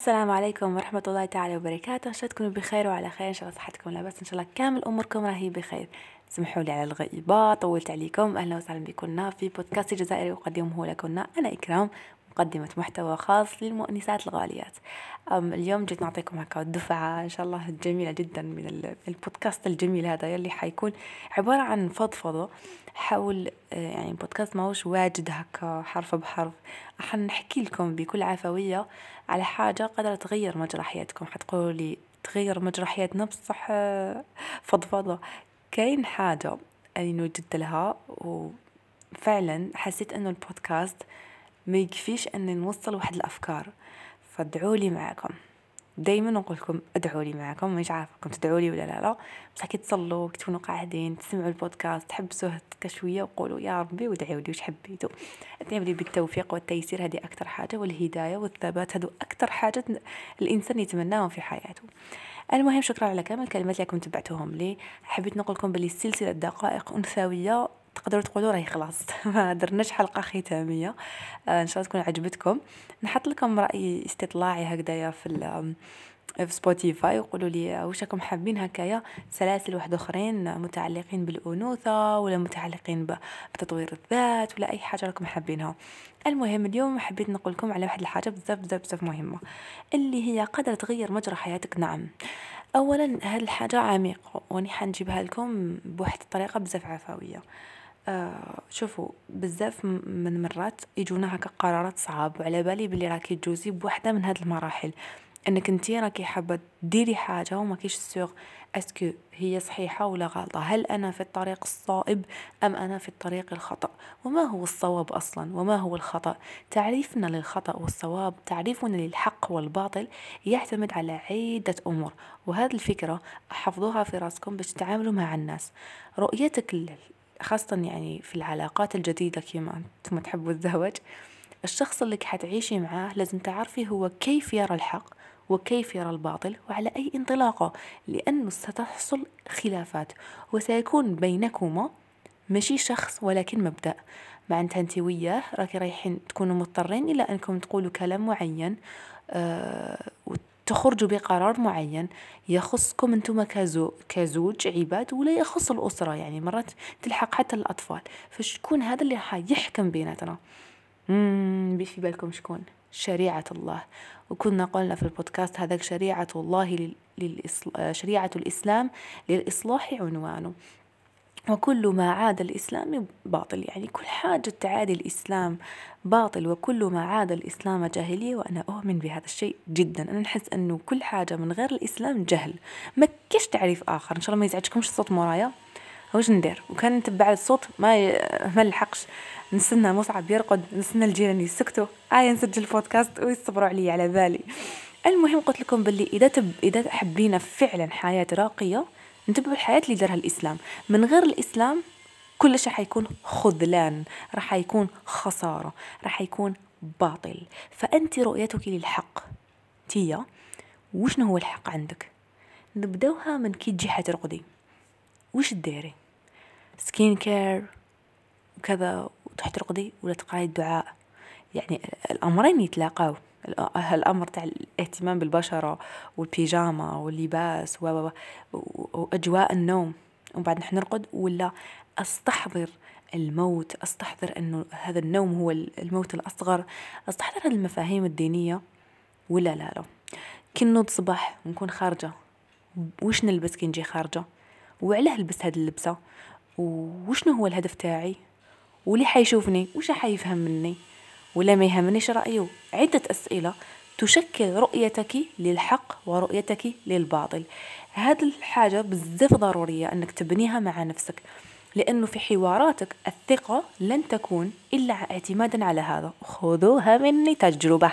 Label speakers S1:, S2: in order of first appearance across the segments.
S1: السلام عليكم ورحمة الله تعالى وبركاته. إن شاء الله تكونوا بخير وعلى خير، إن شاء الله صحتكم لاباس، إن شاء الله كامل أموركم راهي بخير. سمحوا لي على الغيبة، طولت عليكم. أهلا وسهلا بكم في بودكاست جزائري أقدمه لكم أنا إكرام، مقدمة محتوى خاص للمؤنسات الغاليات. اليوم جيت نعطيكم هكا دفعة إن شاء الله جميلة جدا من البودكاست الجميل هذا، يلي حيكون عبارة عن فضفضة حول يعني بودكاست ماهوش واجد هكا حرف بحرف. حنحكي لكم بكل عفوية على حاجة قادرة تغير مجرى حياتكم. حتقولوا لي تغير مجرى حياتنا بصح فضفضة. كاين حاجة أنا وجدت لها وفعلا حسيت أنه البودكاست ما يكفيش أن نوصل واحد الأفكار، فادعوا لي معكم. دايما نقول لكم ادعوا لي معكم، مش عارفكم تدعوا لي ولا لا، بس كي تصلوا كي تكونوا قاعدين تسمعوا البودكاست تحبسوه كشويه وقولوا يا ربي وادعوا لي وش حبيتوا. ادعوا لي بالتوفيق والتيسير، هذه اكثر حاجه، والهدايه والثبات، هذو اكثر حاجه الانسان يتمناهم في حياته. المهم شكرا على كامل الكلمات اللي كنتم تبعتوهم لي. حبيت نقول لكم باللي سلسله دقائق انثويه تقدروا تقولوا راهي خلاص ما درناش حلقه ختاميه. ان شاء الله تكون عجبتكم. نحط لكم راي استطلاعي هكذايا في سبوتيفاي، وقولوا لي واش راكم حابين هكايا سلاسل واحد اخرين متعلقين بالانوثه ولا متعلقين بتطوير الذات ولا اي حاجه راكم حابينها. المهم اليوم حبيت نقول لكم على واحد الحاجه بزاف بزاف بزاف مهمه اللي هي قادره تغير مجرى حياتك. نعم، اولا هذه الحاجه عميقه واني حنجيبها لكم بواحد الطريقه بزاف عفويه. شوفوا بزاف من مرات يجونا هكا قرارات صعاب، وعلى بالي بلي راكي تجوزي بوحده من هذه المراحل، انك انتي راكي حابه ديري حاجه وما كيش سيغ اسكو هي صحيحه ولا غلطه، هل انا في الطريق الصائب ام انا في الطريق الخطا. وما هو الصواب اصلا وما هو الخطا؟ تعريفنا للخطا والصواب، تعريفنا للحق والباطل يعتمد على عده امور، وهذه الفكره احفظوها في راسكم باش تتعاملوا مع الناس. رؤيتك خاصة يعني في العلاقات الجديدة كما انتم تحبوا الزواج، الشخص اللي حتعيشي معاه لازم تعرفي هو كيف يرى الحق وكيف يرى الباطل وعلى أي انطلاقة، لأنه ستحصل خلافات وسيكون بينكما ماشي شخص ولكن مبدأ. معناتها انت وياه راكي رايحين تكونوا مضطرين إلى أنكم تقولوا كلام معين وتخرجوا بقرار معين يخصكم انتم كزوج عباد، ولا يخص الأسرة، يعني مرات تلحق حتى الأطفال. فشكون هذا اللي حيحكم بيناتنا؟ في بالكم شكون؟ شريعة الله. وكنا قلنا في البودكاست هذاك شريعة الله شريعة الإسلام للإصلاح عنوانه، وكل ما عاد الإسلام باطل، يعني كل حاجة تعادي الإسلام باطل، وكل ما عاد الإسلام جاهلية. وأنا أؤمن بهذا الشيء جدا. أنا نحس أنه كل حاجة من غير الإسلام جهل، ما كيش تعريف آخر. إن شاء الله ما يزعجكمش الصوت مورايا، واش ندير؟ وكان نتبع الصوت ما نلحقش، نستنى مصعب يرقد، نستنى الجيران يسكتوا، نسجل بودكاست ويصبروا علي على بالي. المهم قلت لكم باللي إذا حبينا فعلا حياة راقية نتبع الحياة اللي دارها الإسلام. من غير الإسلام كل شيء حيكون خذلان، راح يكون خسارة، راح يكون باطل. فأنت رؤيتك للحق تيا وشنو هو الحق عندك؟ نبداوها من كي تجي حترقدي، وش تديري؟ سكين كير وكذا وتحت ترقدي، ولا تقراي الدعاء؟ يعني الأمرين يتلاقاو. الأمر تاع الاهتمام بالبشرة والبيجاما واللباس وأجواء النوم، وبعد نحن نرقد، ولا أستحضر الموت، أستحضر أنه هذا النوم هو الموت الأصغر، أستحضر هذه المفاهيم الدينية، ولا لا كي نوض صباح ونكون خارجة وش نلبس كي نجي خارجة، وعلاه لبس هذه اللبسة، وشنو هو الهدف تاعي، واللي حيشوفني وش حيفهم مني ولا ما يهمنيش رأيه. عدة أسئلة تشكل رؤيتك للحق ورؤيتك للباطل. هذه الحاجة بزاف ضرورية أنك تبنيها مع نفسك، لأنه في حواراتك الثقة لن تكون إلا اعتمادا على هذا. خذوها مني تجربة.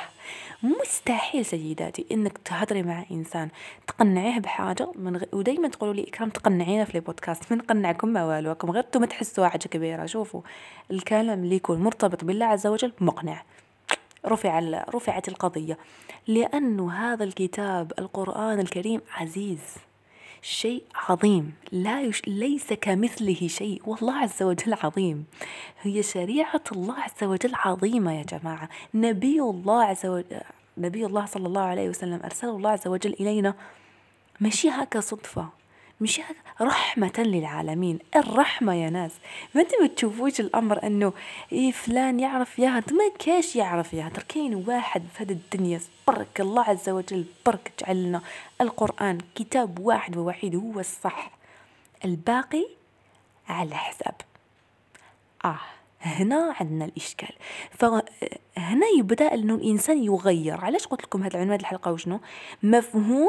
S1: مستحيل سيداتي انك تهضري مع انسان تقنعيه بحاجه ودايما تقولوا لي إكرام تقنعينا في البودكاست، من قنعكم ما والوكم، غير انتم تحسوا حاجه كبيره. شوفوا الكلام اللي يكون مرتبط بالله عز وجل مقنع، رفعت القضيه، لانه هذا الكتاب القرآن الكريم عزيز، شيء عظيم، ليس كمثله شيء، والله عز وجل عظيم. هي شريعة الله عز وجل عظيمة يا جماعة. نبي الله عز وجل نبي الله صلى الله عليه وسلم أرسله الله عز وجل إلينا ماشي هكا صدفة، مش رحمة للعالمين. الرحمة يا ناس، ما انت بتشوفوش الأمر أنه إيه فلان يعرف ياها، ما كاش يعرف ياها. تركين واحد في هذه الدنيا برك الله عز وجل برك جعلنا القرآن كتاب واحد ووحيد هو الصح، الباقي على حساب. هنا عندنا الإشكال. فهنا يبدأ أنه الإنسان يغير. علاش قلت لكم هذا العنوان الحلقة وشنو؟ مفهوم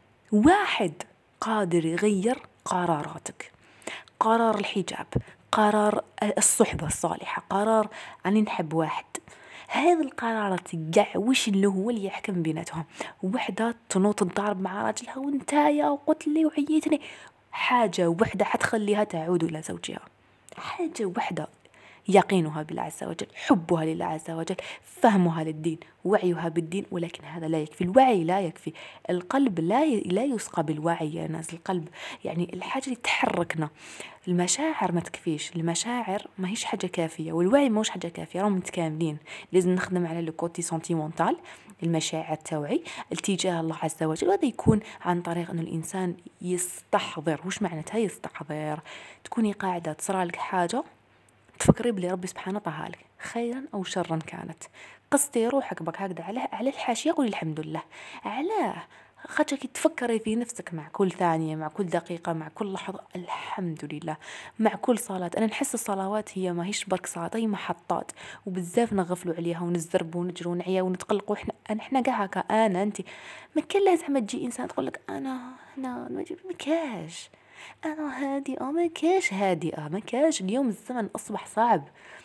S1: واحد قادر يغير قراراتك، قرار الحجاب، قرار الصحبة الصالحة، قرار أني نحب واحد. هذه القرارات قاع وش اللي هو اللي يحكم بيناتهم؟ وحدة تنوط تضارب مع راجلها وانتايا وقلت لي وعيتني، حاجة وحدة حتخليها تعود إلى زوجها، حاجة وحدة يقينها بالله عز وجل، حبها لله عز وجل، فهمها للدين، وعيها بالدين. ولكن هذا لا يكفي، الوعي لا يكفي، القلب لا يسقى بالوعي يا ناس. القلب يعني الحاجة اللي تحركنا، المشاعر ما تكفيش، المشاعر ما هيش حاجة كافية، والوعي ما هوش حاجة كافية، راهم متكاملين. لازم نخدم على الكوتي سنتيمونتال، المشاعر التوعي التجاه الله عز وجل، وهذا يكون عن طريق أن الإنسان يستحضر. وش معناتها يستحضر؟ تكوني قاعدة تصرالك حاجة تفكري بلي ربي سبحانه طهالك خيرا أو شرا كانت، قصتي روحك بك هكذا على الحاشية قولي الحمد لله. علاه؟ خاطر كي تفكري في نفسك مع كل ثانية، مع كل دقيقة، مع كل لحظة الحمد لله، مع كل صلاة. أنا نحس الصلوات هي ما هيش برك صلاة، هي محطات، وبزاف نغفلوا عليها ونزربوا ونجروا ونعيا ونتقلقوا. احنا قاع هكا. انت ما كان لازم تجي انسان تقول لك انا هنا ما كاش، أنا هادئة، ما كاش هادئة، ما كاش. اليوم الزمن أصبح صعب.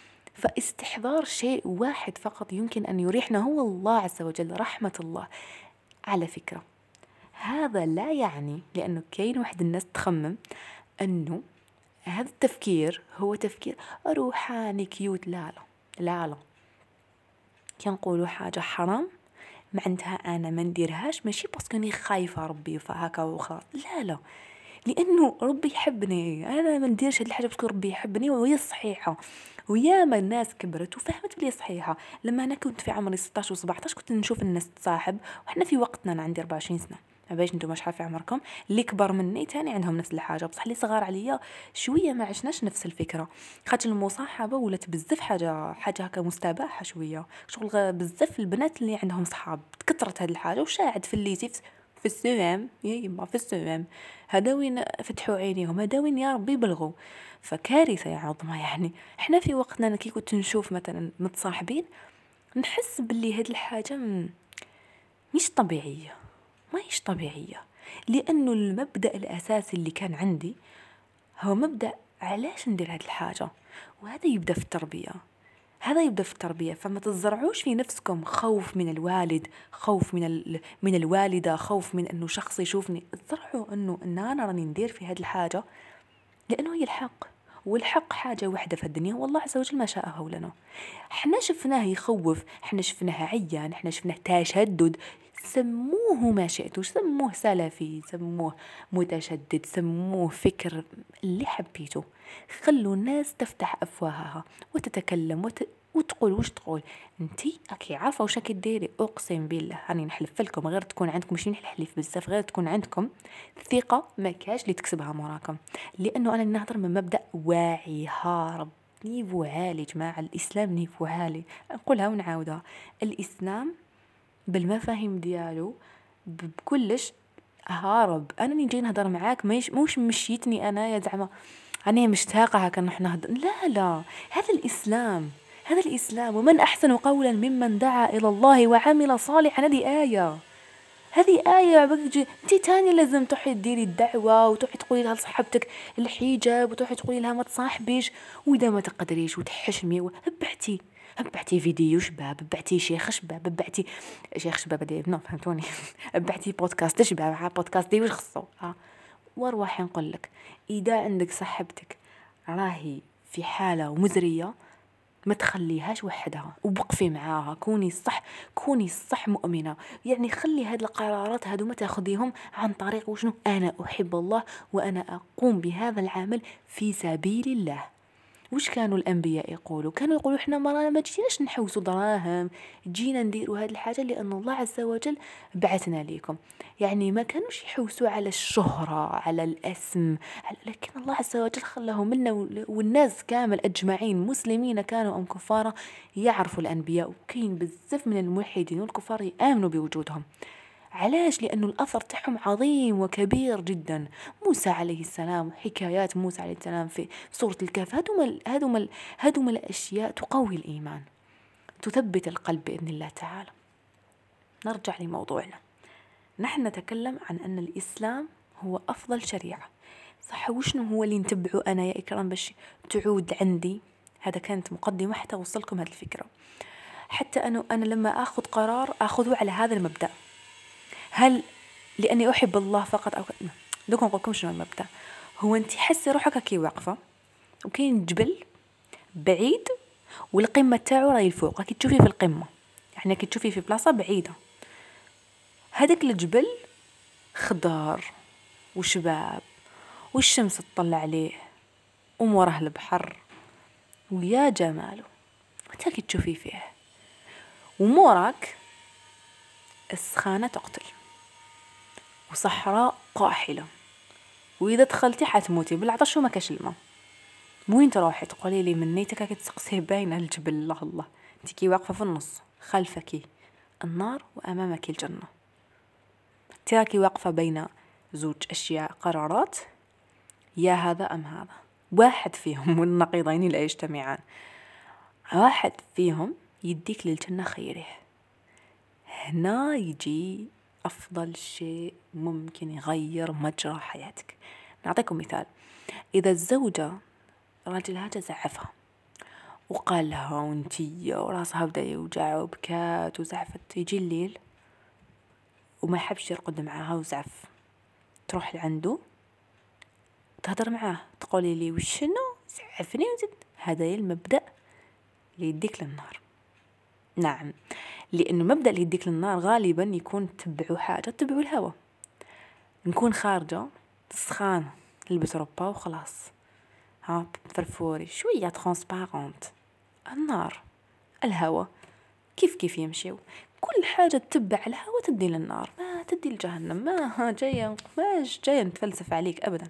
S1: فاستحضار شيء واحد فقط يمكن أن يريحنا هو الله عز وجل، رحمة الله. على فكرة هذا لا يعني، لأنه كاين واحد الناس تخمم أنه هذا التفكير هو تفكير روحاني كيوت. لا لا لا، كنقولوا حاجة حرام معناتها أنا ما نديرهاش ماشي باسكو خايفة ربي فهكا وخلاص، لا، لانه ربي يحبني. انا ما نديرش هذه الحاجه باسكو ربي يحبني وهي صحيحه. وياما الناس كبرت وفهمت بلي صحيحه. لما انا كنت في عمري 16 و17 كنت نشوف الناس تصاحب، وحنا في وقتنا انا عندي 24 سنه، ما باش نتوما شحال في عمركم. اللي كبر مني تاني عندهم نفس الحاجه، بصح اللي صغار عليا شويه ما عشناش نفس الفكره. خاطر المصاحبه ولات بزاف حاجه هكا مستباحه شويه. شغل بزاف البنات اللي عندهم صحاب تكثرت هذه الحاجه، وشاعد في اللي في السوام يا يما، في السوام هذا وين فتحوا عينيهم، هذا وين يا ربي بلغوا. فكارثة يا عظمى. يعني احنا في وقتنا كي كنت نشوف مثلا متصاحبين نحس باللي هاد الحاجة مش طبيعية، ما هيش طبيعية. لأنه المبدأ الأساسي اللي كان عندي هو مبدأ علاش ندير هاد الحاجة، وهذا يبدأ في التربية. هذا يبدأ في التربية. فما تزرعوش في نفسكم خوف من الوالد، خوف من الوالدة، خوف من أنه شخص يشوفني. زرعوا أنه أنا راني ندير في هذه الحاجة لأنه هي الحق، والحق حاجة واحدة في الدنيا والله عز وجل ما شاءه لنا. احنا شفناه يخوف، احنا شفناه عيان، احنا شفناه تشدد، سموه ما شئتوا، سموه سلفي، سموه متشدد، سموه فكر اللي حبيته. خلوا الناس تفتح أفواهها وتتكلم وتقول وش تقول. انتي اكي عارفه وش راكي ديري. اقسم بالله راني نحلف لكم، غير تكون عندكم، مش نحلف بزاف، غير تكون عندكم ثقه ما كاش اللي تكسبها موراكم. لانه انا نهضر من مبدا واعي هارب، نيفو عالي جماعه. الاسلام نيفو عالي، نقولها ونعاودها. الاسلام بالمفاهيم ديالو بكلش هارب. انا نجي نهضر معاك موش مشيتني انا يا زعما انا مشتاقه هكا نحن نهضر، لا، هذا الاسلام، هذا الاسلام. ومن احسن قولا ممن دعا الى الله وعمل صالحا. هذه آية. انتي تاني لازم تروحي تديري الدعوة وتروحي تقولي لها لصاحبتك الحجاب، وتروحي تقولي لها ما تصاحبيش، واذا ما تقدريش وتحشمي هبعتي فيديو شباب، هبعتي شيخ شباب، هبعتي شيخ شباب دي نو فهمتوني هبعتي بودكاست شباب، بودكاست دي وش خصو واروحي نقول لك اذا عندك صاحبتك راهي في حالة مزرية ما تخليهاش وحدها وبقفي معاها، كوني الصح مؤمنة. يعني خلي هاد القرارات هادو ما تاخذيهم عن طريق وشنو أنا أحب الله وأنا أقوم بهذا العمل في سبيل الله. وش كانوا الأنبياء يقولوا؟ كانوا يقولوا إحنا ما جيناش نحوسوا دراهم، جينا نديروا هذه الحاجة لأن الله عز وجل بعثنا ليكم. يعني ما كانوش يحوسوا على الشهرة، على الاسم، لكن الله عز وجل خلاه منا، والناس كامل أجمعين مسلمين كانوا أم كفار يعرفوا الأنبياء، وكاين بزاف من الملحدين والكفار يآمنوا بوجودهم. علاش؟ لأنه الأثر تاعهم عظيم وكبير جدا. موسى عليه السلام، حكايات موسى عليه السلام في سورة الكهف، هذوما الأشياء تقوي الإيمان، تثبت القلب بإذن الله تعالى. نرجع لموضوعنا. نحن نتكلم عن أن الإسلام هو أفضل شريعة، صح؟ وشنو هو اللي نتبعه أنا يا إكرام باش تعود عندي؟ هذا كانت مقدمة حتى أوصلكم هذه الفكرة. حتى أنا لما أخذ قرار أخذه على هذا المبدأ. هل لأني أحب الله فقط أو دوك نقولكم شنو المبدأ؟ هو أنت حسي روحك كي واقفة وكاين جبل بعيد والقمة تاعو راهي الفوق، راكي تشوفي في القمة، يعني كي تشوفي في بلاصة بعيدة. هذاك الجبل خضار وشباب والشمس تطلع عليه وموراه البحر ويا جماله، وانت كي تشوفي فيه، وموراك السخانة تقتل وصحراء قاحلة، وإذا دخلتي حتموتي بالعطش وما كاش الماء. وين تروحي تقولي لي من نيتك كي تسقسيه باين الجبل؟ الله الله، انت كي واقفة في النص، خلفك النار وأمامك الجنة، تراكي واقفة بين زوج أشياء قرارات، يا هذا أم هذا. واحد فيهم والنقيضين لا يجتمعان، واحد فيهم يديك للجنة خيره. هنا يجي أفضل شيء ممكن يغير مجرى حياتك. نعطيكم مثال. إذا الزوجة راجلها زعفها وقال لها وانتي وراسها بدأ يوجع وبكات وزعفت، يجي الليل وما يحبش يرقد معها وزعف، تروح لعنده تهدر معاه، تقولي لي وشنو زعفني وزد. هذا المبدأ اللي يديك للنار. نعم، لأنه مبدأ اللي يديك للنار غالبا يكون تبعوا حاجة، تبعوا الهوى. نكون خارجة سخانة، لبس ربا وخلاص، ها فرفوري شوية ترانسبارنت. النار الهوى كيف يمشيو، كل حاجة تتبع الهوى تدي للنار، ما تدي لجهنم. ما جاية نتفلسف عليك أبدا.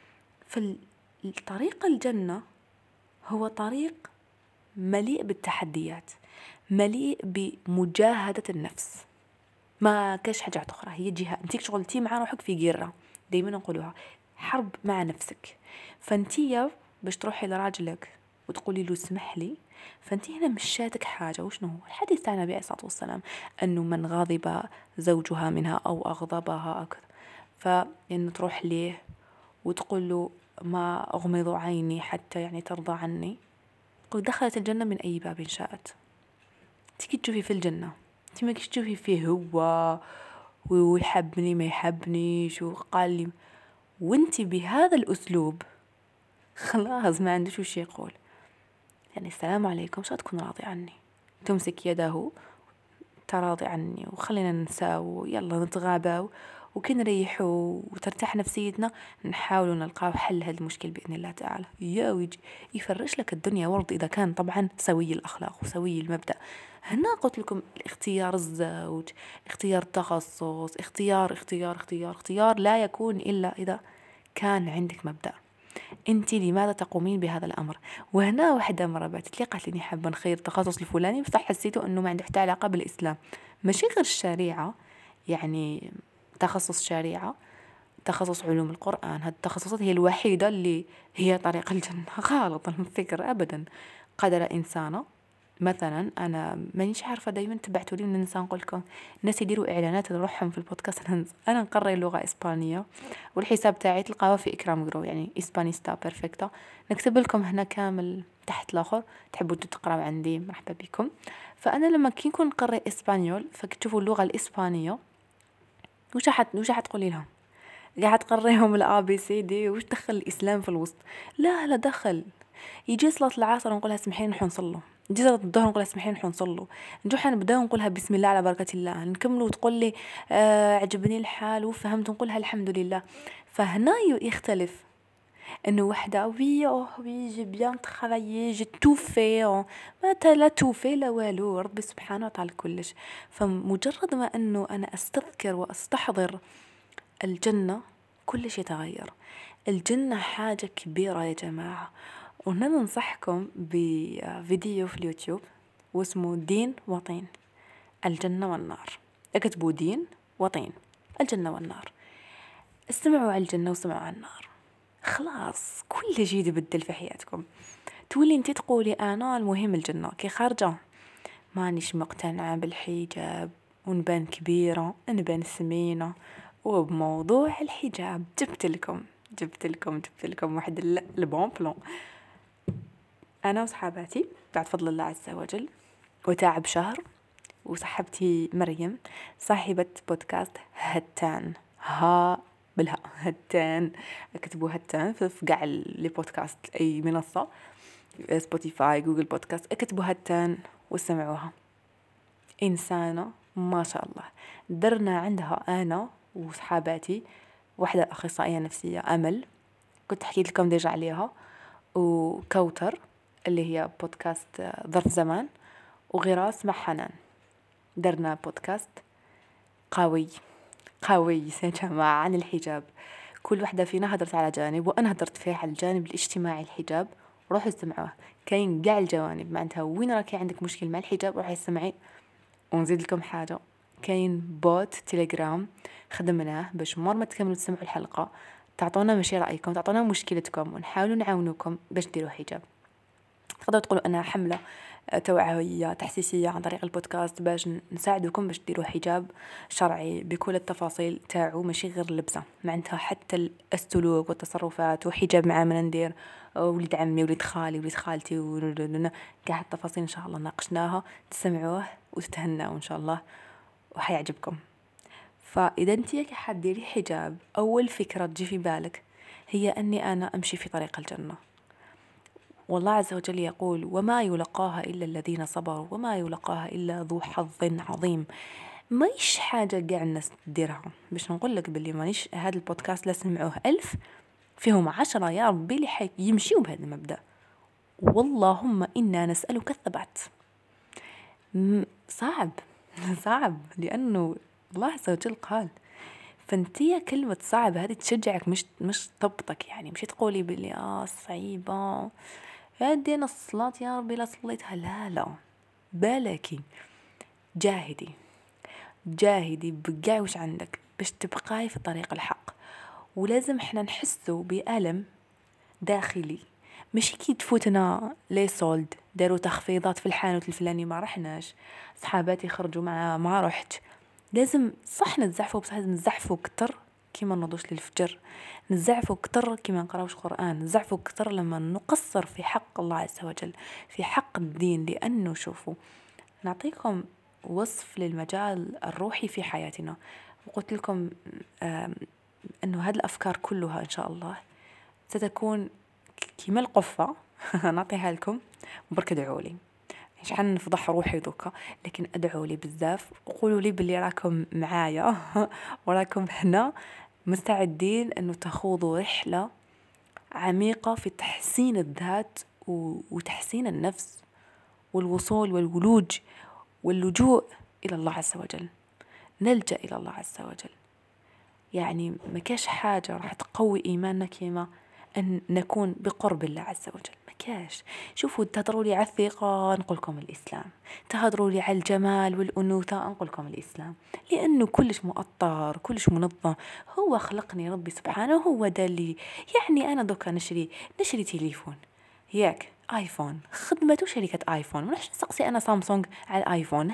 S1: فالطريق الجنة هو طريق مليء بالتحديات، مليء بمجاهدة النفس، ما كاش حاجة أخرى. هي جهة انتيك شغلتي مع روحك في جيرة، دايما نقولوها حرب مع نفسك. فانتي باش تروحي لراجلك وتقولي له اسمح لي، فانتي هنا مشاتك حاجة. وشنو هو الحديث تاع النبي عليه الصلاة والسلام؟ أنه من غضب زوجها منها أو أغضبها أكثر، فإن تروح ليه وتقول له ما أغمض عيني حتى يعني ترضى عني، قل دخلت الجنة من أي باب شاءت. تيجي تشوفي في الجنة، انتي ما كيش تشوفي فيه هو ويحبني ما يحبنيش وقال لي، وانتي بهذا الأسلوب خلاص ما عندوش وش يقول. يعني السلام عليكم، شو تكون راضي عني؟ تمسك يده تراضي عني وخلينا نساو، يلا نتغابى وكي نريحوا وترتاح نفسيتنا، نحاولوا نلقاو حل هذا المشكل بإذن الله تعالى. ويجي يفرش لك الدنيا ورد إذا كان طبعا سوي الأخلاق وسوي المبدأ. هنا قلت لكم اختيار الزوج، اختيار التخصص، اختيار لا يكون إلا إذا كان عندك مبدأ. انت لماذا تقومين بهذا الأمر؟ وهنا واحدة مرة بعثت لي قالت لي حابة نخير التخصص الفلاني، بصح حسيته أنه ما عنده حتى علاقة بالإسلام، ماشي غير الشريعة، يعني تخصص شريعة، تخصص علوم القرآن. هذه التخصصات هي الوحيدة اللي هي طريق الجنة. غلط الفكر أبدا. قدر إنسانة مثلا، أنا مانيش عارفة، دايما تبعتوا لي من ننسى نقول لكم الناس يديروا إعلانات نروحهم في البودكاست. أنا نقرأ اللغة إسبانية والحساب تاعي تلقاوه في إكرام جرو، يعني إسبانيستا بيرفكتا. نكتب لكم هنا كامل تحت الآخر، تحبوا تقرأوا عندي مرحبا بكم. فأنا لما كي نكون نقرأ إسبانيول فكتشوفوا اللغة الإسبانية، وش حتقولي لهم؟ قاعد تقريهم الA B C D، وش دخل الإسلام في الوسط؟ لا دخل. يجي صلاة العصر نقولها سمحين نحن نصلوا، نجي صلاة الظهر نقولها سمحين نحن نصلوا، نجو نبداو نقولها بسم الله على بركة الله، نكملوا وتقول لي عجبني الحال وفهمت نقولها الحمد لله. فهنا يختلف. انه وحده وي جي بيان ترافايي جي تو في ما تا لا تو في لا والو، ربي سبحانه وتعالى كلش. فمجرد ما انه انا استذكر واستحضر الجنة كل شيء يتغير. الجنة حاجة كبيرة يا جماعة. وننصحكم بفيديو في اليوتيوب واسمه دين وطين، الجنة والنار. اكتبوا دين وطين، الجنة والنار. استمعوا على الجنة واسمعوا على النار، خلاص كل شيء يتبدل في حياتكم. تولي انت تقولي انا المهم الجنة كي خارجة مانيش مقتنعة بالحجاب، ونبان كبيرة نبان ثمينة. وبموضوع الحجاب جبت لكم واحد البون بلون. انا وصحاباتي بعد فضل الله عز وجل وتعب شهر، وصاحبتي مريم صاحبة بودكاست هتان، ها بالها هتان، اكتبوا هتان في قاع لي بودكاست اي منصة، سبوتيفاي جوجل بودكاست، اكتبوا هتان وسمعوها. إنسانة ما شاء الله. درنا عندها أنا وصحاباتي واحدة أخصائية نفسية أمل، كنت حكيت لكم ديجا عليها، وكوتر اللي هي بودكاست ظرف زمان، وغراس مع حنان. درنا بودكاست قوي يا جماعة عن الحجاب. كل واحدة فينا هدرت على جانب، وأنا هدرت فيه على الجانب الاجتماعي الحجاب. روحوا استمعوه، كاين قاع الجوانب. معناتها وين راكي عندك مشكل مع الحجاب روحي استمعي. ونزيد لكم حاجة، كاين بوت تيليجرام خدمناه باش ما تكملوا تسمعوا الحلقة تعطونا ماشي رأيكم، تعطونا مشكلتكم، ونحاولوا نعاونوكم باش ديروا حجاب. تقدروا تقولوا أنها حملة توعوية تحسيسية عن طريق البودكاست باش نساعدكم باش ديروا حجاب شرعي بكل التفاصيل تاعو، ماشي غير اللبسة، معناتها حتى السلوك والتصرفات، وحجاب مع من ندير ولد عمي ولد خالي ولد خالتي كاع التفاصيل ان شاء الله ناقشناها. تسمعوه وتتهنوا ان شاء الله وحيعجبكم. فاذا انتي حديري حجاب اول فكرة تجي في بالك هي اني انا امشي في طريق الجنة. والله عز وجل يقول وما يلقاها إلا الذين صبروا وما يلقاها إلا ذو حظ عظيم. مايش حاجة قاع الناس تديرها. باش نقول لك باللي مانيش هذا البودكاست لا سمعوه 1000 فيهم 10 يا ربي اللي يمشيوا بهذا المبدأ. واللهم إنا نسألك الثبات. صعب لأنه الله عز وجل قال. فانتي كلمة صعب هذه تشجعك، مش تضبطك. يعني مش تقولي باللي صعيبة يا دين الصلاة يا ربي لا صليتها، لا بالكي جاهدي بقاع وش عندك باش تبقاي في طريق الحق. ولازم احنا نحسوا بألم داخلي، مش كي تفوتنا لي سولد داروا تخفيضات في الحانوت الفلاني ما رحناش، صحاباتي خرجوا معنا ما رحت. لازم صح نتزعفوا، بصح لازم نزعفوا كتر كيما نوضوش للفجر، نزعفوا كتر كيما نقراوش قرآن، نزعفوا كتر لما نقصر في حق الله عز وجل، في حق الدين. لأنه شوفوا نعطيكم وصف للمجال الروحي في حياتنا، وقلت لكم أنه هذه الأفكار كلها إن شاء الله ستكون كيما القفة نعطيها لكم برك ادعوا لي، شحال نفضح روحي دوكا، لكن ادعوا لي بزاف وقولوا لي باللي راكم معايا وراكم هنا مستعدين انه تخوضوا رحلة عميقة في تحسين الذات وتحسين النفس والوصول والولوج واللجوء إلى الله عز وجل. نلجأ إلى الله عز وجل. يعني ما كاش حاجة راح تقوي إيماننا كيما أن نكون بقرب الله عز وجل. ما كاش. شوفوا تهضروا لي على الثقة نقولكم الإسلام، تهضروا لي على الجمال والأنوثة نقولكم الإسلام، لأنه كلش مؤطر كلش منظم. هو خلقني ربي سبحانه، هو ده اللي يعني أنا دوكا نشري تليفون ياك آيفون، خدمته شركة آيفون، منحش نسقسي أنا سامسونج على الآيفون.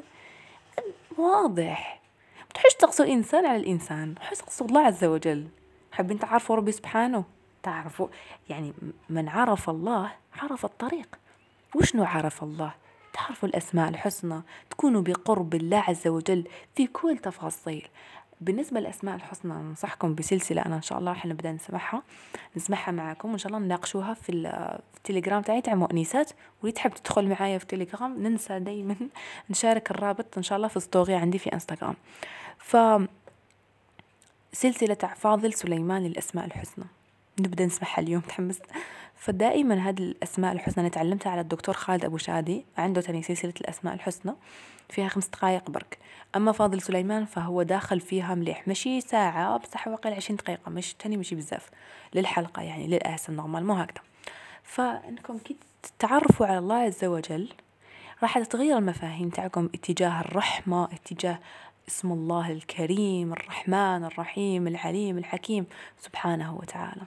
S1: واضح. متحش تقصوا إنسان على الإنسان، متحش تقصوا الله عز وجل. حابين تعرفوا ربي سبحانه، تعرفوا يعني من عرف الله عرف الطريق. وشنو عرف الله؟ تعرفوا الأسماء الحسنى، تكونوا بقرب الله عز وجل في كل تفاصيل. بالنسبة للأسماء الحسنى ننصحكم بسلسلة أنا إن شاء الله راح نبدأ نسمعها معكم، وإن شاء الله نناقشوها في التليجرام تاع مؤنسات. واللي تحب تدخل معايا في التليجرام ننسى دايما نشارك الرابط إن شاء الله في ستوري عندي في إنستغرام. سلسلة تاع فاضل سليمان للأسماء الحسنى نبدأ نسمعها اليوم، تحمست. فدائما هذه الأسماء الحسنى أنا تعلمتها على الدكتور خالد أبو شادي، عنده تاني سلسلة الأسماء الحسنى فيها 5 دقائق برك. أما فاضل سليمان فهو داخل فيها مليح، مشي ساعة بصح واقع 20 دقيقة، مش تاني مشي بزاف للحلقة يعني للأحسن نورمال مو هكذا. فإنكم كي تتعرفوا على الله عز وجل راح تتغير المفاهيم تاعكم اتجاه الرحمة، اتجاه اسم الله الكريم الرحمن الرحيم العليم الحكيم سبحانه وتعالى.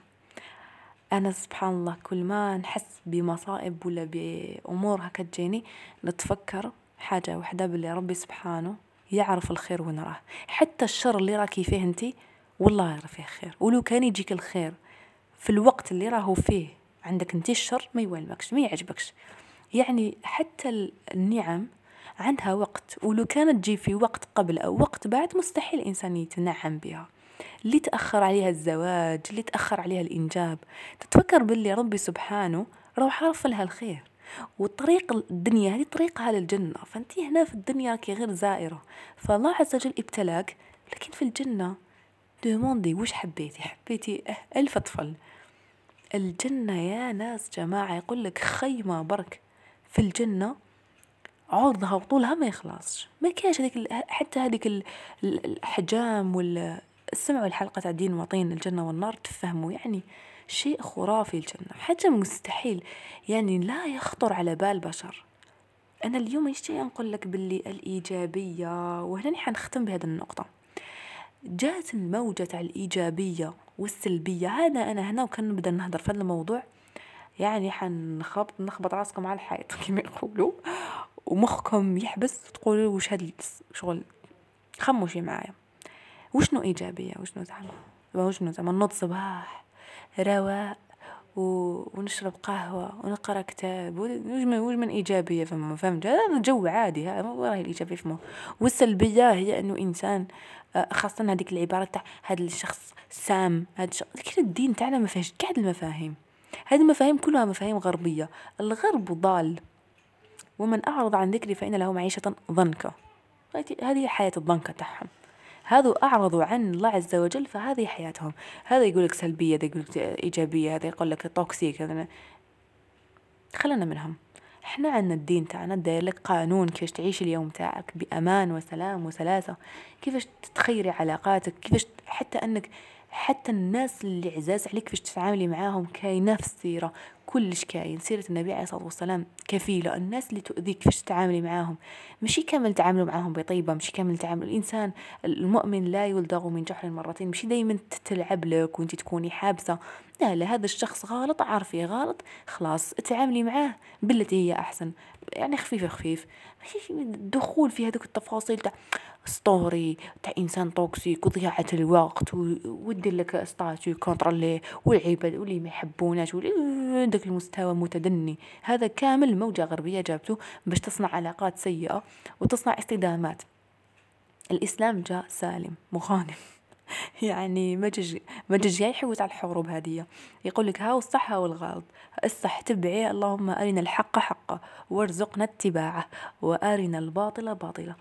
S1: أنا سبحان الله كل ما نحس بمصائب ولا بأمور هكا تجيني نتفكر حاجة واحدة، باللي ربي سبحانه يعرف الخير وين راه. حتى الشر اللي راكي فيه انتي والله راه فيه خير، ولو كان يجيك الخير في الوقت اللي راهو فيه عندك انتي الشر ما يولمكش ما يعجبكش. يعني حتى النعم عندها وقت، ولو كانت تجي في وقت قبل أو وقت بعد مستحيل الإنسان يتنعم بها. اللي تأخر عليها الزواج، اللي تأخر عليها الإنجاب، تتفكر باللي ربي سبحانه راح عرف لها الخير. والطريق الدنيا هذه طريقها للجنة، فأنتي هنا في الدنيا كي غير زائرة، فالله عز وجل ابتلاك. لكن في الجنة دوموندي وش حبيتي 1000 طفل. الجنة يا ناس جماعة يقول لك خيمة برك في الجنة عرضها وطولها ما يخلصش، ما كاش حتى هذيك الأحجام السمعوا الحلقة تاع دين وطين الجنة والنار تفهموا يعني شيء خرافي. الجنة حاجة مستحيل يعني لا يخطر على بال بشر. أنا اليوم نشتي نقول لك باللي الإيجابية، وهنا حنختم بهذه النقطة، جات الموجة تاع الإيجابية والسلبية. هذا أنا هنا وكان نبدأ نهضر في هذا الموضوع يعني نخبط راسكم على الحيط كما يقولوا، ومخكم يحبس وتقولوا وش هاد شغل. خموا شي معايا، وشنو إيجابية وشنو زعما نوض صباح رواء ونشرب قهوة ونقرأ كتاب وش من إيجابية فهمت؟ هذا جو عادي، هذا راهي الإيجابية فهمه. والسلبية هي أنه إنسان خاصة هذيك العبارة تاع هذا الشخص سام، هذا كل الدين تاعنا ما فيهش كاع المفاهيم. هذه المفاهيم كلها مفاهيم غربية. الغرب ضال، ومن أعرض عن ذكري فإن له معيشة ضنكا. هذه حياة الضنكة تاعهم، هذا أعرضوا عن الله عز وجل فهذه حياتهم. هذا يقولك سلبية، هذا يقولك إيجابية، هذا يقولك توكسيك. خلنا منهم. احنا عندنا الدين تاعنا داير لك قانون كيفاش تعيش اليوم تاعك بأمان وسلام وسلاسة، كيفاش تتخيري علاقاتك، كيفاش حتى الناس اللي عزاز عليك كيفاش تتعاملي معاهم. كاينة في السيرة كلش كاين، سيرة النبي عليه الصلاة والسلام كفيلة. الناس اللي تؤذيك كيفاش تتعاملي معاهم، مشي كامل تعاملوا معاهم بطيبة، مشي كامل تعامل. الإنسان المؤمن لا يلدغ من جحر مرتين، مشي دايما تلعب لك وانت تكوني حابسة. لا هذا الشخص غلط، عارفيه غلط، خلاص تعاملي معاه بالتي هي أحسن. يعني خفيف الدخول في هذوك التفاصيل تاع ستوري تاع إنسان توكسيك وضياعة الوقت ودير لك ستاتيو كونترولي والعباد واللي ما يحبوناش واللي داك المستوى متدني. هذا كامل موجة غربية جابته باش تصنع علاقات سيئة وتصنع اصطدامات. الإسلام جاء سالم مغانم يعني ما جاش يحوس على الحروب هذه. يقول لك هاو الصح هاو الغلط، الصح تبعيه اللهم أرنا الحق حقا وارزقنا اتباعه، وأرنا الباطل باطلا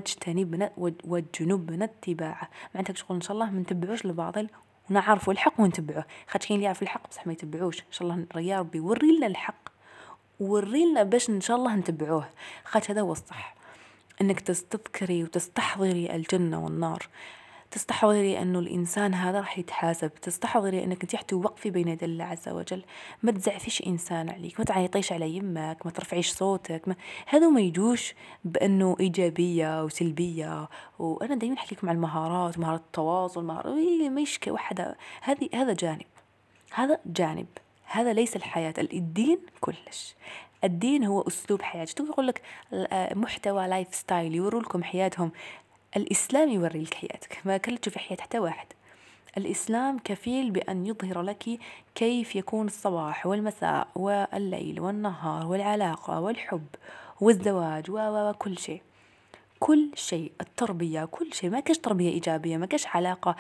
S1: واجنبنا اتباعه. معناتها شغل إن شاء الله ما نتبعوش الباطل ونعرفوا الحق ونتبعوه. خاطر كاين اللي يعرف الحق بصح ما يتبعوش. إن شاء الله يا ربي وري لنا الحق وري لنا باش إن شاء الله نتبعوه. خاطر هذا هو الصح، انك تستذكري وتستحضري الجنة والنار، تستحضري أنه الإنسان هذا راح يتحاسب، تستحضري أنك أنت توقفي بين يدي الله عز وجل. ما تزعفيش إنسان عليك، ما تعيطيش على يمك، ما ترفعيش صوتك. هذا ما يجوش بأنه إيجابية وسلبية. وأنا دايما أحكيكم عن المهارات، مهارات التواصل، ما يشكي واحدة. هذا جانب، هذا ليس الحياة. الدين كلش، الدين هو أسلوب حياة. يقول لك محتوى لايف ستايل يوروا لكم حياتهم. الإسلام يوري لك حياتك، ما كلت في حياة حتى واحد. الإسلام كفيل بأن يظهر لك كيف يكون الصباح والمساء والليل والنهار والعلاقة والحب والزواج وكل شيء. كل شيء، التربية، كل شيء. ما كاش تربية إيجابية، ما كاش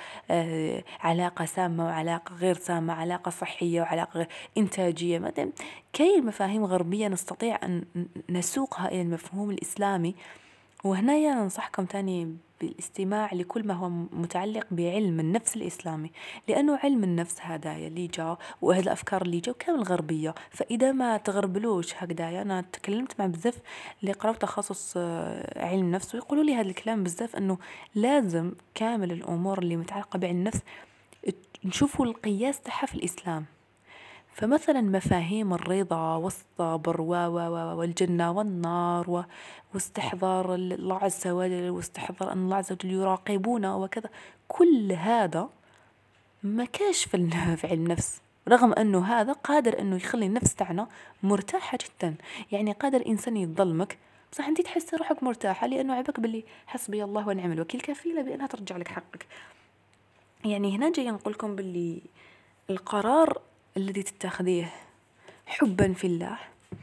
S1: علاقة سامة وعلاقة غير سامة، علاقة صحية وعلاقة غير إنتاجية. كاين مفاهيم غربية نستطيع أن نسوقها إلى المفهوم الإسلامي وهنايا ننصحكم تاني بالاستماع لكل ما هو متعلق بعلم النفس الإسلامي، لأنه علم النفس هدايا اللي جاء وهذه الأفكار اللي جاء كامل غربية. فإذا ما تغربلوش هكذايا، أنا تكلمت مع بزاف اللي قراو تخصص علم نفس ويقولوا لي هذا الكلام بزاف، أنه لازم كامل الأمور اللي متعلقة بعلم النفس نشوفوا القياس تاعها في الإسلام. فمثلا مفاهيم الرضا والصبر والجنة والنار واستحضار الله عز وجل، واستحضار أن الله عز وجل يراقبنا وكذا، كل هذا ما كاش في علم النفس، رغم أنه هذا قادر أنه يخلي النفس تاعنا مرتاحة جدا. يعني قادر إنسان يظلمك بصح أنت تحس روحك مرتاحة، لأنه عبك باللي حسبي الله ونعم الوكيل، كفيلة بأنها ترجع لك حقك. يعني هنا جاي نقول لكم باللي القرار الذي تتخذيه حبا في الله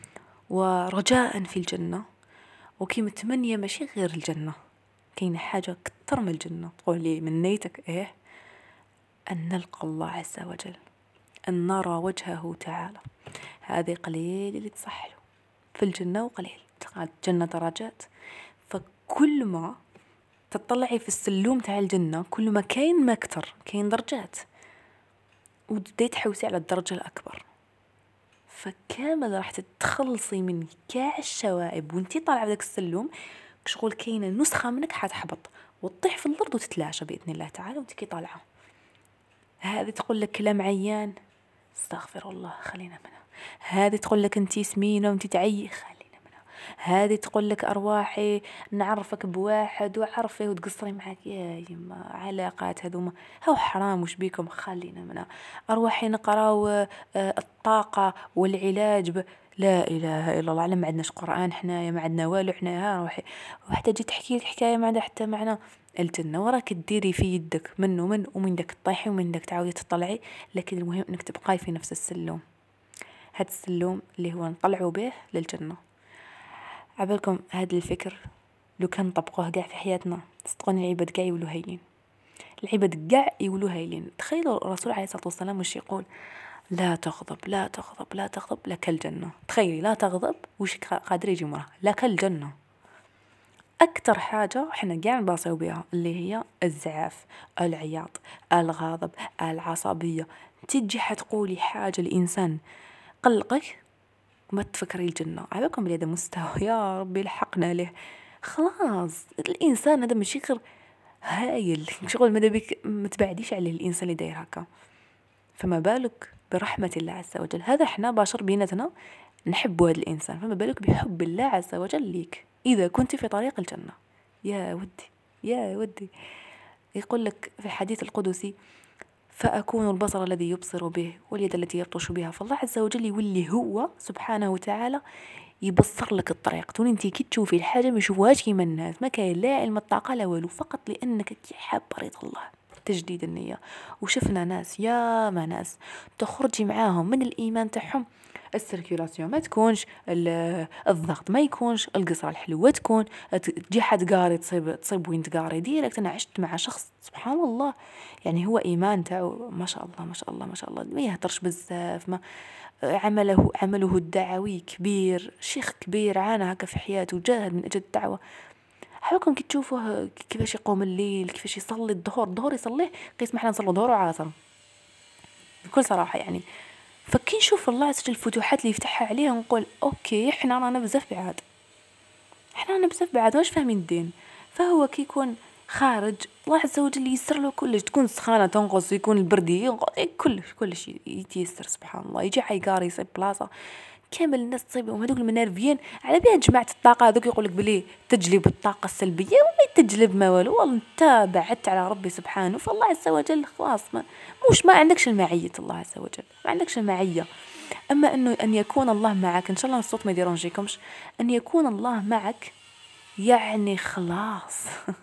S1: ورجاء في الجنة، وكي متمنية ماشي غير الجنة، كاين حاجة كتر من الجنة، تقول لي من نيتك إيه؟ أن نلقى الله عز وجل، أن نرى وجهه تعالى، هذه قليل اللي تصحله في الجنة، وقليل الجنة درجات. فكل ما تطلعي في السلوم تاع الجنة كل ما كاين ما كتر، كاين درجات، وتبداي تحوسي على الدرجة الأكبر، فكامل راح تتخلصي من كاع الشوائب وانتي طالعة بداك السلوم. شغل كاينة نسخة منك حتحبط وتطيح في الأرض وتتلاشى بإذن الله تعالى وانتي كي طالعة. هذه تقول لك كلام عيان، استغفر الله خلينا منها. هذه تقول لك انتي سمينة وانتي تعي، خلينا منها. هذه تقول لك أرواحي نعرفك بواحد وعرفه وتقصري معك، يا يما علاقات هذوما هو حرام، وش بيكم، خلينا منها. أرواحي نقراو الطاقة والعلاج لا إله إلا الله، على ما عندناش قرآن حنايا، ما عندنا والو حنايا. ها روحي وحتى جيت تحكي لك حكاية ما عندها حتى معنى. الجنة وراك تديري في يدك ومن دك تطيحي ومن دك تعاودي تطلعي، لكن المهم انك تبقاي في نفس السلوم، هاد السلوم اللي هو نطلعوا به للجنة. عبالكم هاد الفكر لو كان نطبقوه قاع في حياتنا، صدقوني العباد قاع يولوا هايلين، العباد قاع يولوا هايلين. تخيلوا الرسول عليه الصلاة والسلام وش يقول؟ لا تغضب لا تغضب لا تغضب لك الجنة. تخيلي لا تغضب وش قادر يجي مرة لك الجنة. أكتر حاجة إحنا قاعد نباصيو بها اللي هي الزعاف، العياط، الغضب، العصبية. تجي حتقولي حاجة لإنسان قلقك ما تفكري الجنة، عباكم بلي هذا مستوى يا ربي لحقنا له. خلاص الإنسان هذا ماشي غير هايل، شغل ماذا بك ما تبعديش عليه الإنسان اللي داير هكا، فما بالك برحمة الله عز وجل. هذا إحنا بشر بيناتنا نحبوا هذا الإنسان، فما بالك بحب الله عز وجل ليك إذا كنت في طريق الجنة. يا ودي يا ودي، يقول لك في الحديث القدسي: فأكون البصر الذي يبصر به واليد التي يبطش بها. فالله عز وجل يولي هو سبحانه وتعالى يبصر لك الطريق، تقول انتي كي تشوفي الحاجة ما يشوفوهاش كيما الناس، ما كاين لا علم الطاقة لا والو، فقط لأنك كي حابة رضا الله، تجديد النية. وشفنا ناس يا ما ناس تخرجي معاهم من الإيمان تاعهم السيركيلاسيون ما تكونش، الضغط ما يكونش، القصرة الحلوة تكون، تجي حد قاري تصيب وين تقاري ديريكت. أنا عشت مع شخص سبحان الله، يعني هو إيمان تاعو ما شاء الله ما شاء الله ما شاء الله، ما يهدرش بزاف، ما عمله الدعوي كبير، شيخ كبير عانى هكا في حياته، جاهد من أجل الدعوة. حاولكم كي تشوفوه كيفاش يقوم الليل، كيفاش يصلي الظهر يصليه قيس ما احنا نصلي ظهر وعصر بكل صراحة يعني. فكي نشوف الله عز وجل الفتوحات اللي يفتحها عليه نقول اوكي احنا رانا بزاف بعاد، احنا رانا بزاف بعاد واش فاهمين الدين. فهو كي يكون خارج الله عز وجل ييسر له كلش، تكون سخانة تنقص، يكون البرد ينقص، كلش يتيسر سبحان الله. يجي حيقار يصيب بلاصة كامل الناس تصيبهم هذوك المنرفيين على بها جماعة الطاقة هذوك يقولك بلي تجلب الطاقة السلبية وما تجلب ما والو، والله انت بعدت على ربي سبحانه. فالله عز وجل خلاص ما عندكش المعية، الله عز وجل ما عندكش المعية. أما أنه أن يكون الله معك، إن شاء الله الصوت ما يديرونجيكمش، أن يكون الله معك يعني خلاص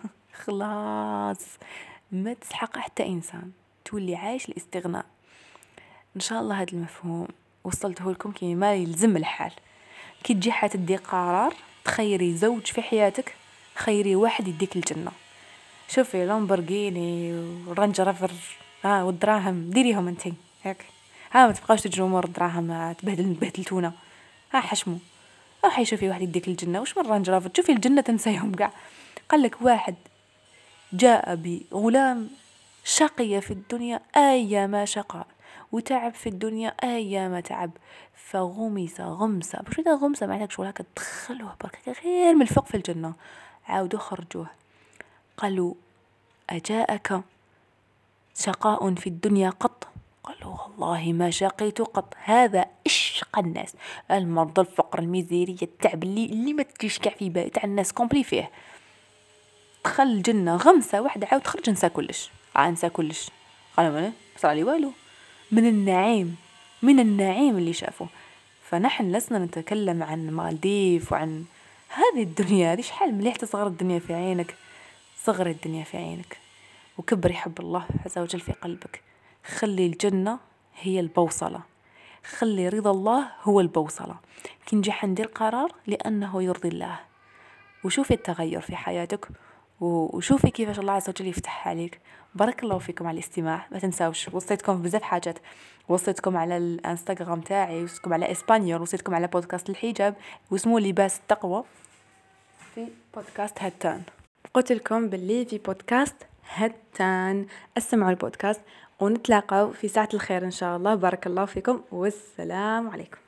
S1: خلاص ما تسحق حتى إنسان، تولي عايش الاستغناء. إن شاء الله هذا المفهوم وصلته لكم كي ما يلزم الحال. كي تجي حتدي قرار تخيري زوج في حياتك، خيري واحد يديك الجنة. شوفي لامبورغيني ورانج رافر والدراهم ديريهم انتي هيك، ما تبقاوش تجروا مور الدراهم تبهدلتونا، حشموا روحي شوفي واحد يديك الجنة، وش مرة نجرافة تشوفي الجنة تنسيهم كاع. قال لك واحد جاء بغلام شقي في الدنيا أيما شقاء، وتعب في الدنيا أيما تعب، فغمس غمسة. بش هذا غمسة معناتها شغل هكا دخلوه برك غير من الفوق في الجنة. عاودوا خرجوه قالوا أجاءك شقاء في الدنيا قط؟ قالوا والله ما شقيت قط. هذا اشقى الناس، المرضى، الفقر، الميزيرية، التعب اللي ما تجيش كاع في بالي تاع الناس كومبلي فيه. دخل الجنة غمسة واحدة، عاود خرج نسى كلش، نسى كلش. قال ما صار لي والو من النعيم، من النعيم اللي شافه. فنحن لسنا نتكلم عن مالديف وعن هذه الدنيا. هذه شحال مليح تصغر الدنيا في عينك، صغر الدنيا في عينك وكبري حب الله عز وجل في قلبك. خلي الجنة هي البوصلة، خلي رضا الله هو البوصلة. كي نجي حندير قرار لأنه يرضي الله، وشوفي التغير في حياتك، وشوفي كيفاش الله عز وجل يفتح عليك. بارك الله فيكم على الاستماع. ما تنساوش وصيتكم بزاف حاجات، وصيتكم على الانستغرام تاعي، وصيتكم على اسبانيول، وصيتكم على بودكاست الحجاب واسمه لباس التقوى في بودكاست هتان. قلت لكم باللي في بودكاست هتان اسمعوا البودكاست، ونتلاقوا في ساعة الخير إن شاء الله. بارك الله فيكم والسلام عليكم.